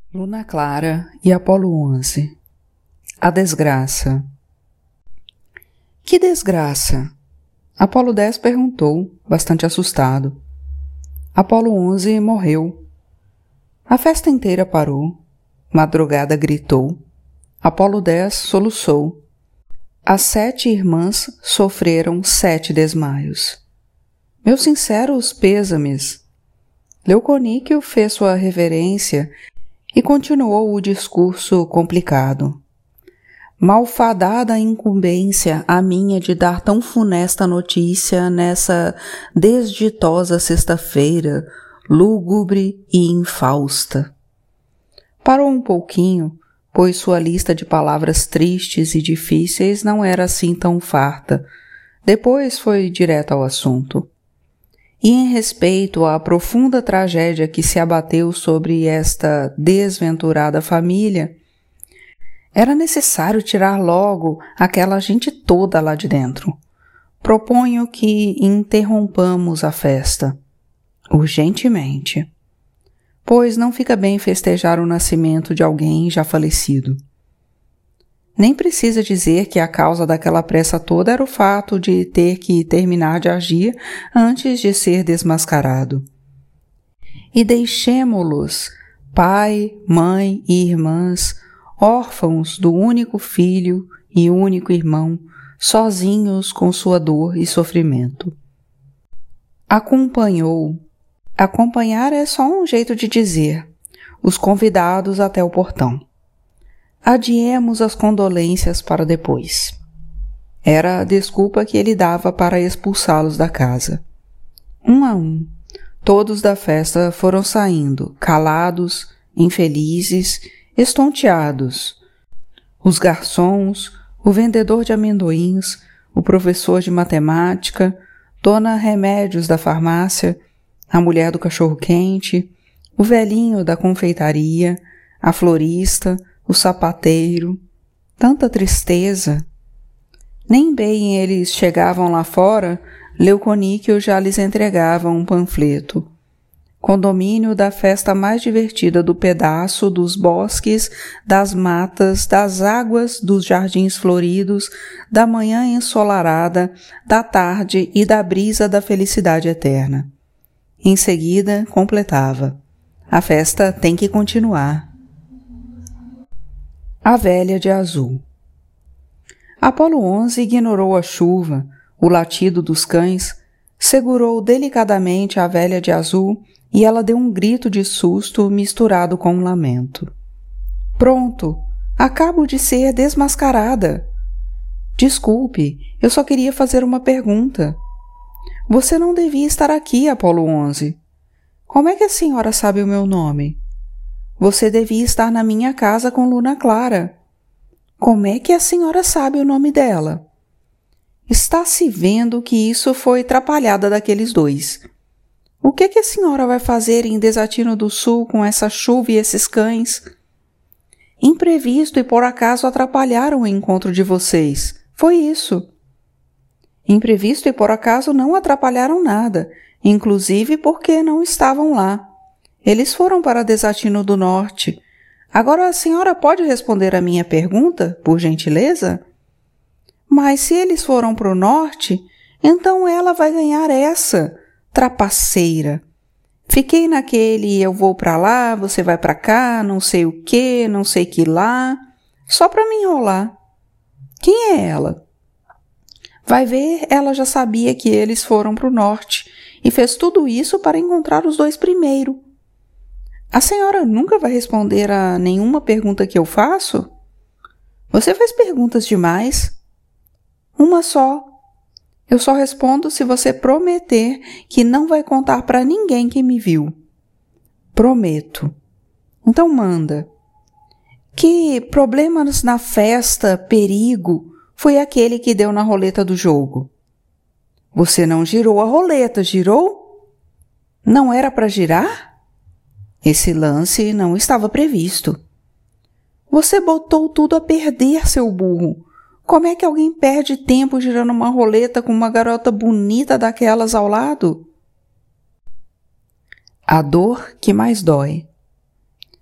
Luna Clara e Apolo 11. A desgraça. Que desgraça? Apolo 10 perguntou, bastante assustado. Apolo 11 morreu. A festa inteira parou. Madrugada gritou. Apolo 10 soluçou. As 7 irmãs sofreram 7 desmaios. Meus sinceros pêsames. Leuconíquio fez sua reverência e continuou o discurso complicado. Malfadada incumbência a minha de dar tão funesta notícia nessa desditosa sexta-feira, lúgubre e infausta. Parou um pouquinho, pois sua lista de palavras tristes e difíceis não era assim tão farta. Depois foi direto ao assunto. E em respeito à profunda tragédia que se abateu sobre esta desventurada família, era necessário tirar logo aquela gente toda lá de dentro. Proponho que interrompamos a festa, urgentemente, pois não fica bem festejar o nascimento de alguém já falecido. Nem precisa dizer que a causa daquela pressa toda era o fato de ter que terminar de agir antes de ser desmascarado. E deixemo-los, pai, mãe e irmãs, órfãos do único filho e único irmão, sozinhos com sua dor e sofrimento. Acompanhou. Acompanhar é só um jeito de dizer. Os convidados até o portão. Adiemos as condolências para depois. Era a desculpa que ele dava para expulsá-los da casa. Um a um, todos da festa foram saindo, calados, infelizes, estonteados. Os garçons, o vendedor de amendoins, o professor de matemática, Dona Remédios da farmácia, a mulher do cachorro-quente, o velhinho da confeitaria, a florista, o sapateiro, tanta tristeza. Nem bem eles chegavam lá fora, Leuconíquio já lhes entregava um panfleto. Condomínio da festa mais divertida do pedaço, dos bosques, das matas, das águas, dos jardins floridos, da manhã ensolarada, da tarde e da brisa da felicidade eterna. Em seguida, completava. A festa tem que continuar. A velha de azul. Apolo 11 ignorou a chuva, o latido dos cães, segurou delicadamente a velha de azul e ela deu um grito de susto misturado com um lamento. Pronto, acabo de ser desmascarada. Desculpe, eu só queria fazer uma pergunta. Você não devia estar aqui, Apolo 11. Como é que a senhora sabe o meu nome? Você devia estar na minha casa com Luna Clara. Como é que a senhora sabe o nome dela? Está se vendo que isso foi trapalhada daqueles dois. O que a senhora vai fazer em Desatino do Sul com essa chuva e esses cães? Imprevisto e por acaso atrapalharam o encontro de vocês. Foi isso. Imprevisto e por acaso não atrapalharam nada, inclusive porque não estavam lá. Eles foram para Desatino do Norte. Agora a senhora pode responder a minha pergunta, por gentileza? Mas se eles foram para o norte, então ela vai ganhar essa, trapaceira. Fiquei naquele eu vou para lá, você vai para cá, não sei o que, não sei que lá, só para me enrolar. Quem é ela? Vai ver, ela já sabia que eles foram para o norte e fez tudo isso para encontrar os dois primeiro. A senhora nunca vai responder a nenhuma pergunta que eu faço? Você faz perguntas demais. Uma só. Eu só respondo se você prometer que não vai contar para ninguém que me viu. Prometo. Então manda. Que problemas na festa, perigo, foi aquele que deu na roleta do jogo? Você não girou a roleta, girou? Não era para girar? Esse lance não estava previsto. Você botou tudo a perder, seu burro. Como é que alguém perde tempo girando uma roleta com uma garota bonita daquelas ao lado? A dor que mais dói.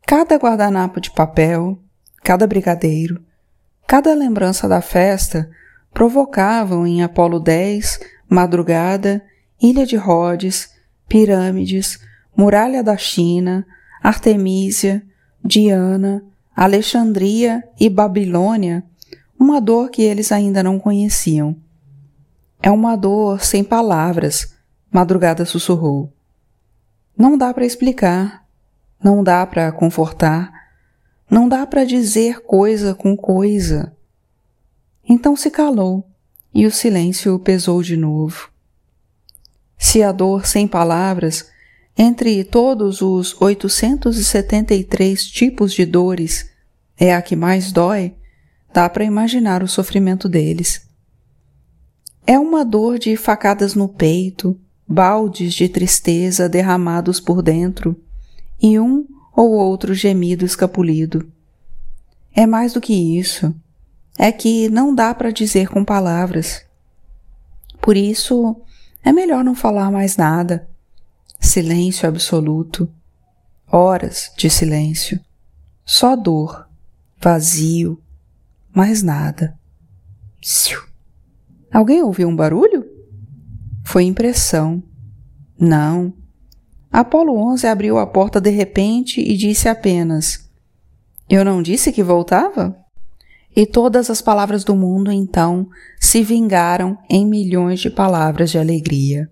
Cada guardanapo de papel, cada brigadeiro, cada lembrança da festa provocavam em Apolo 10, Madrugada, Ilha de Rhodes, Pirâmides, Muralha da China, Artemísia, Diana, Alexandria e Babilônia uma dor que eles ainda não conheciam. É uma dor sem palavras, Madrugada sussurrou. Não dá para explicar, não dá para confortar, não dá para dizer coisa com coisa. Então se calou e o silêncio pesou de novo. Se a dor sem palavras, entre todos os 873 tipos de dores, é a que mais dói, dá para imaginar o sofrimento deles. É uma dor de facadas no peito, baldes de tristeza derramados por dentro e um ou outro gemido escapulido. É mais do que isso. É que não dá para dizer com palavras. Por isso, é melhor não falar mais nada. Silêncio absoluto. Horas de silêncio. Só dor. Vazio. Mais nada. Psiu. Alguém ouviu um barulho? Foi impressão. Não. Apolo 11 abriu a porta de repente e disse apenas: Eu não disse que voltava? E todas as palavras do mundo, então, se vingaram em milhões de palavras de alegria.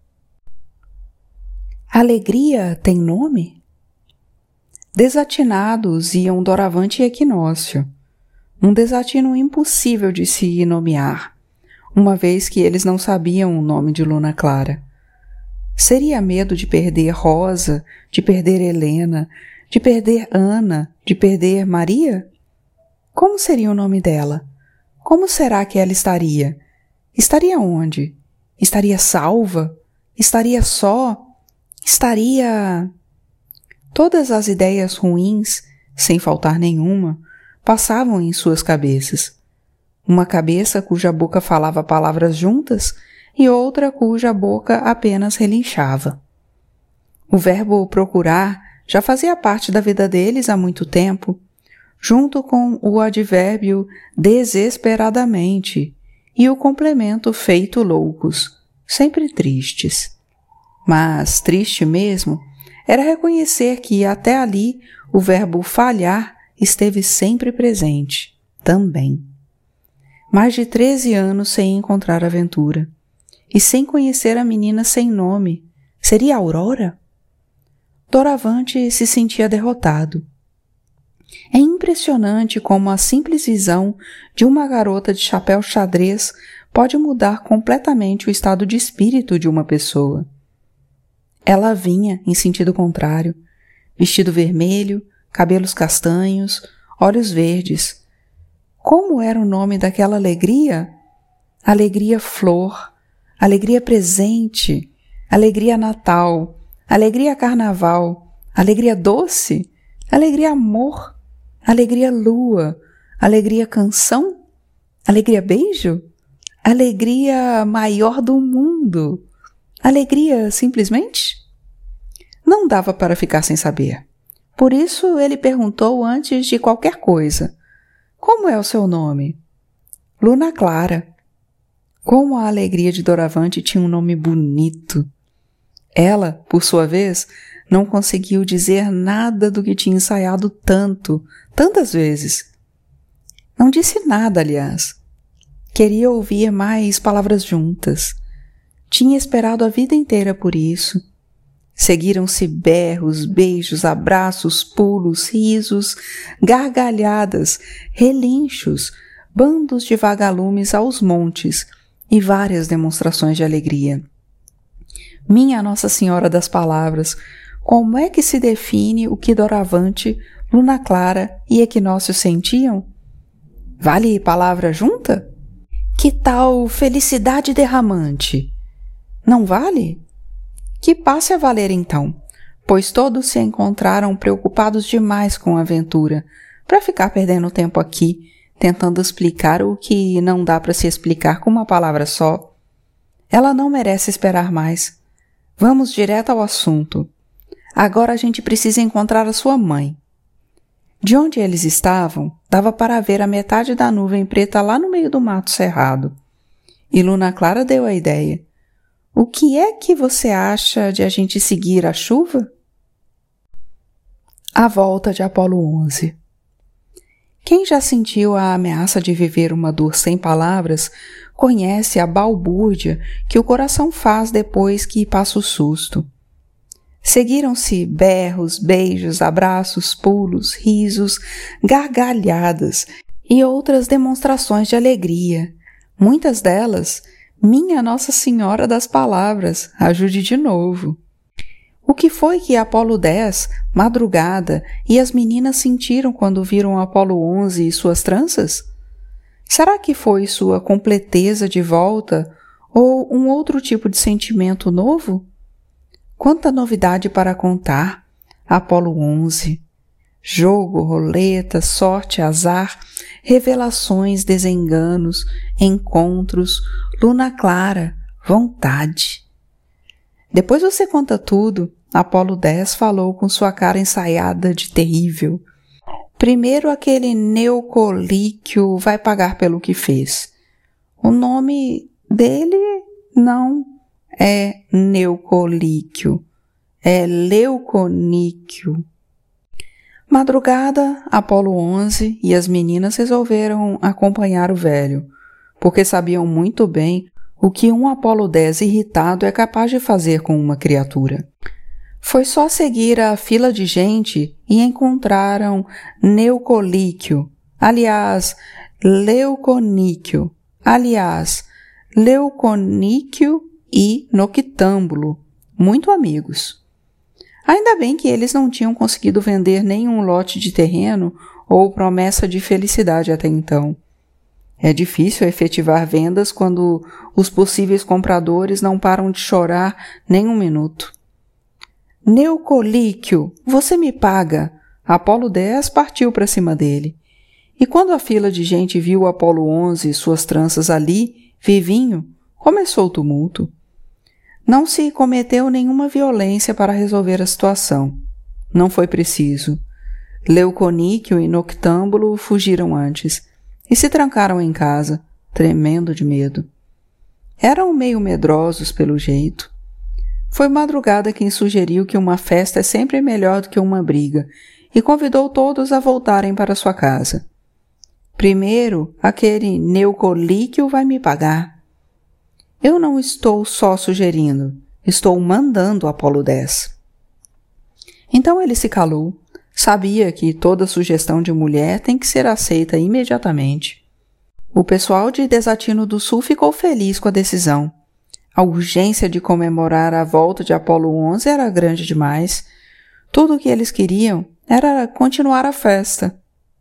Alegria tem nome? Desatinados iam Doravante e Equinócio. Um desatino impossível de se nomear, uma vez que eles não sabiam o nome de Luna Clara. Seria medo de perder Rosa, de perder Helena, de perder Ana, de perder Maria? Como seria o nome dela? Como será que ela estaria? Estaria onde? Estaria salva? Estaria só? Estaria... Todas as ideias ruins, sem faltar nenhuma, passavam em suas cabeças. Uma cabeça cuja boca falava palavras juntas e outra cuja boca apenas relinchava. O verbo procurar já fazia parte da vida deles há muito tempo, junto com o advérbio desesperadamente e o complemento feito loucos, sempre tristes. Mas triste mesmo era reconhecer que até ali o verbo falhar esteve sempre presente, também. Mais de 13 anos sem encontrar aventura e sem conhecer a menina sem nome. Seria Aurora? Doravante se sentia derrotado. É impressionante como a simples visão de uma garota de chapéu xadrez pode mudar completamente o estado de espírito de uma pessoa. Ela vinha em sentido contrário, vestido vermelho, cabelos castanhos, olhos verdes. Como era o nome daquela alegria? Alegria flor, alegria presente, alegria natal, alegria carnaval, alegria doce, alegria amor, alegria lua, alegria canção, alegria beijo, alegria maior do mundo, alegria simplesmente? Não dava para ficar sem saber. Por isso ele perguntou antes de qualquer coisa: Como é o seu nome? Luna Clara. Como a alegria de Doravante tinha um nome bonito. Ela, por sua vez, não conseguiu dizer nada do que tinha ensaiado tantas vezes. Não disse nada, aliás. Queria ouvir mais palavras juntas. Tinha esperado a vida inteira por isso. Seguiram-se berros, beijos, abraços, pulos, risos, gargalhadas, relinchos, bandos de vagalumes aos montes e várias demonstrações de alegria. Minha Nossa Senhora das Palavras, como é que se define o que Doravante, Luna Clara e Equinócio sentiam? Vale palavra junta? Que tal felicidade derramante? Não vale? Que passe a valer então, pois todos se encontraram preocupados demais com a aventura, para ficar perdendo tempo aqui, tentando explicar o que não dá para se explicar com uma palavra só. Ela não merece esperar mais. Vamos direto ao assunto. Agora a gente precisa encontrar a sua mãe. De onde eles estavam, dava para ver a metade da nuvem preta lá no meio do mato cerrado. E Luna Clara deu a ideia. O que é que você acha de a gente seguir a chuva? A volta de Apolo 11. Quem já sentiu a ameaça de viver uma dor sem palavras, conhece a balbúrdia que o coração faz depois que passa o susto. Seguiram-se berros, beijos, abraços, pulos, risos, gargalhadas e outras demonstrações de alegria. Muitas delas, minha Nossa Senhora das Palavras, ajude de novo. O que foi que Apolo 10, Madrugada e as meninas sentiram quando viram Apolo 11 e suas tranças? Será que foi sua completeza de volta ou um outro tipo de sentimento novo? Quanta novidade para contar! Apolo 11. Jogo, roleta, sorte, azar, revelações, desenganos, encontros, luna clara, vontade. Depois você conta tudo, Apolo 10 falou com sua cara ensaiada de terrível. Primeiro aquele Neucolíquio vai pagar pelo que fez. O nome dele não é Neucolíquio, é Leuconíquio. Madrugada, Apolo 11 e as meninas resolveram acompanhar o velho, porque sabiam muito bem o que um Apolo 10 irritado é capaz de fazer com uma criatura. Foi só seguir a fila de gente e encontraram Neucolíquio, aliás, Leuconíquio, aliás, Leuconíquio e Noctâmbulo, muito amigos. Ainda bem que eles não tinham conseguido vender nenhum lote de terreno ou promessa de felicidade até então. É difícil efetivar vendas quando os possíveis compradores não param de chorar nem um minuto. Neucolíquio, você me paga! Apolo 10 partiu para cima dele. E quando a fila de gente viu Apolo 11 e suas tranças ali, vivinho, começou o tumulto. Não se cometeu nenhuma violência para resolver a situação. Não foi preciso. Leuconíquio e Noctâmbulo fugiram antes e se trancaram em casa, tremendo de medo. Eram meio medrosos pelo jeito. Foi Madrugada quem sugeriu que uma festa é sempre melhor do que uma briga e convidou todos a voltarem para sua casa. Primeiro, aquele Neucolíquio vai me pagar. Eu não estou só sugerindo, estou mandando Apolo 10. Então ele se calou. Sabia que toda sugestão de mulher tem que ser aceita imediatamente. O pessoal de Desatino do Sul ficou feliz com a decisão. A urgência de comemorar a volta de Apolo 11 era grande demais. Tudo o que eles queriam era continuar a festa.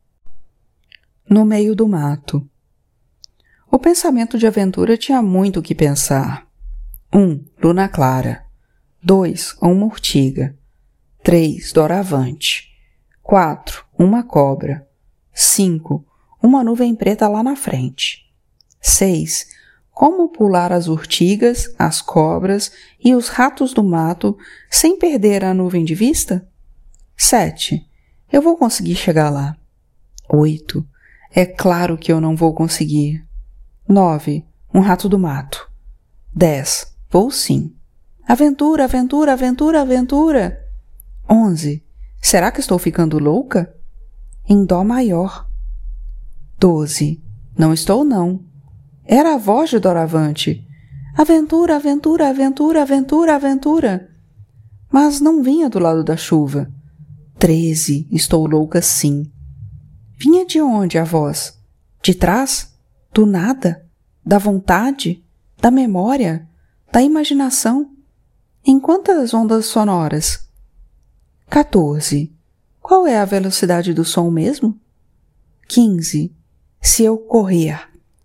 No meio do mato. O pensamento de aventura tinha muito o que pensar. 1. Luna Clara. 2. Uma urtiga. 3. Doravante. 4. Uma cobra. 5. Uma nuvem preta lá na frente. 6. Como pular as urtigas, as cobras e os ratos do mato sem perder a nuvem de vista? 7. Eu vou conseguir chegar lá. 8. É claro que eu não vou conseguir. 9. Um rato do mato. 10. Vou sim. Aventura, aventura, aventura, aventura. 11. Será que estou ficando louca? Em dó maior. 12. Não estou não. Era a voz de Doravante. Aventura, aventura, aventura, aventura, aventura. Mas não vinha do lado da chuva. 13. Estou louca sim. Vinha de onde a voz? De trás? Do nada? Da vontade? Da memória? Da imaginação? Em quantas ondas sonoras? 14. Qual é a velocidade do som mesmo? 15. Se eu correr,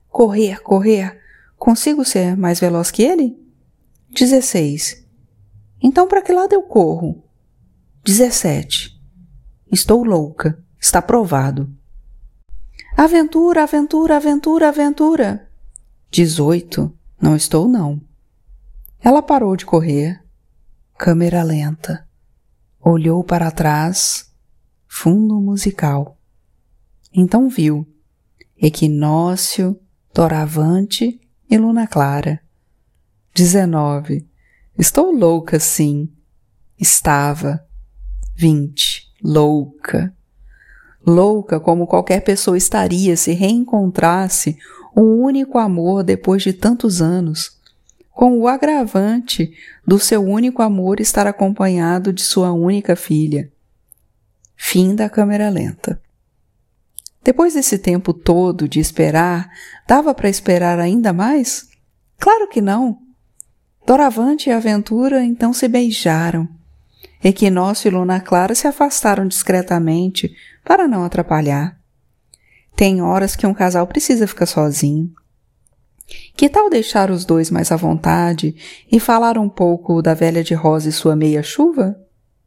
consigo ser mais veloz que ele? 16. Então para que lado eu corro? 17. Estou louca, está provado. Aventura, aventura, aventura, aventura. 18. Não estou não. Ela parou de correr. Câmera lenta. Olhou para trás. fundo musical. Então viu Equinócio, Doravante e Luna Clara. 19. Estou louca, sim. Estava. 20. Louca. Louca como qualquer pessoa estaria se reencontrasse um único amor depois de tantos anos, com o agravante do seu único amor estar acompanhado de sua única filha. Fim da câmera lenta. Depois desse tempo todo de esperar, dava para esperar ainda mais? Claro que não. Doravante e Aventura então se beijaram. Equinócio e Luna Clara se afastaram discretamente para não atrapalhar. Tem horas que um casal precisa ficar sozinho. Que tal deixar os dois mais à vontade e falar um pouco da velha de rosa e sua meia-chuva?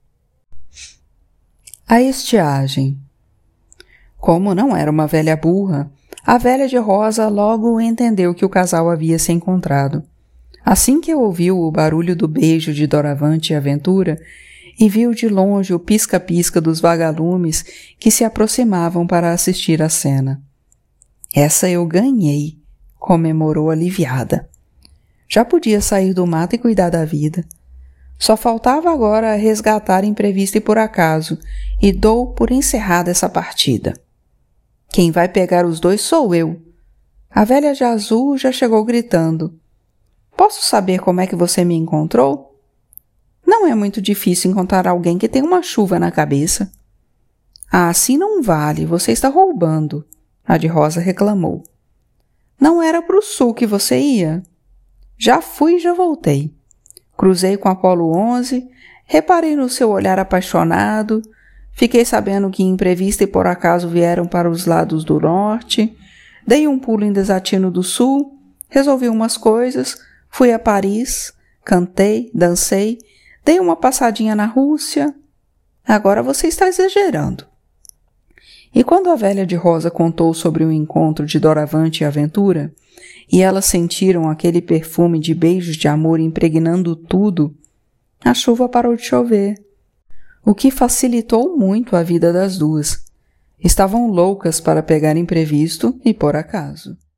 A estiagem. Como não era uma velha burra, a velha de rosa logo entendeu que o casal havia se encontrado. Assim que ouviu o barulho do beijo de Doravante e Aventura e viu de longe o pisca-pisca dos vagalumes que se aproximavam para assistir à cena. Essa eu ganhei, comemorou aliviada. Já podia sair do mato e cuidar da vida. Só faltava agora resgatar imprevisto e por acaso, e dou por encerrada essa partida. Quem vai pegar os dois sou eu. A velha de azul já chegou gritando. Posso saber como é que você me encontrou? Não é muito difícil encontrar alguém que tem uma chuva na cabeça. Ah, assim não vale, você está roubando, a de rosa reclamou. Não era para o sul que você ia? Já fui e já voltei. Cruzei com Apolo 11, reparei no seu olhar apaixonado, fiquei sabendo que imprevisto e por acaso vieram para os lados do norte, dei um pulo em Desatino do Sul, resolvi umas coisas, fui a Paris, cantei, dancei, dei uma passadinha na Rússia. Agora você está exagerando. E quando a velha de rosa contou sobre o encontro de Doravante e Aventura, e elas sentiram aquele perfume de beijos de amor impregnando tudo, a chuva parou de chover, o que facilitou muito a vida das duas. Estavam loucas para pegar imprevisto e por acaso.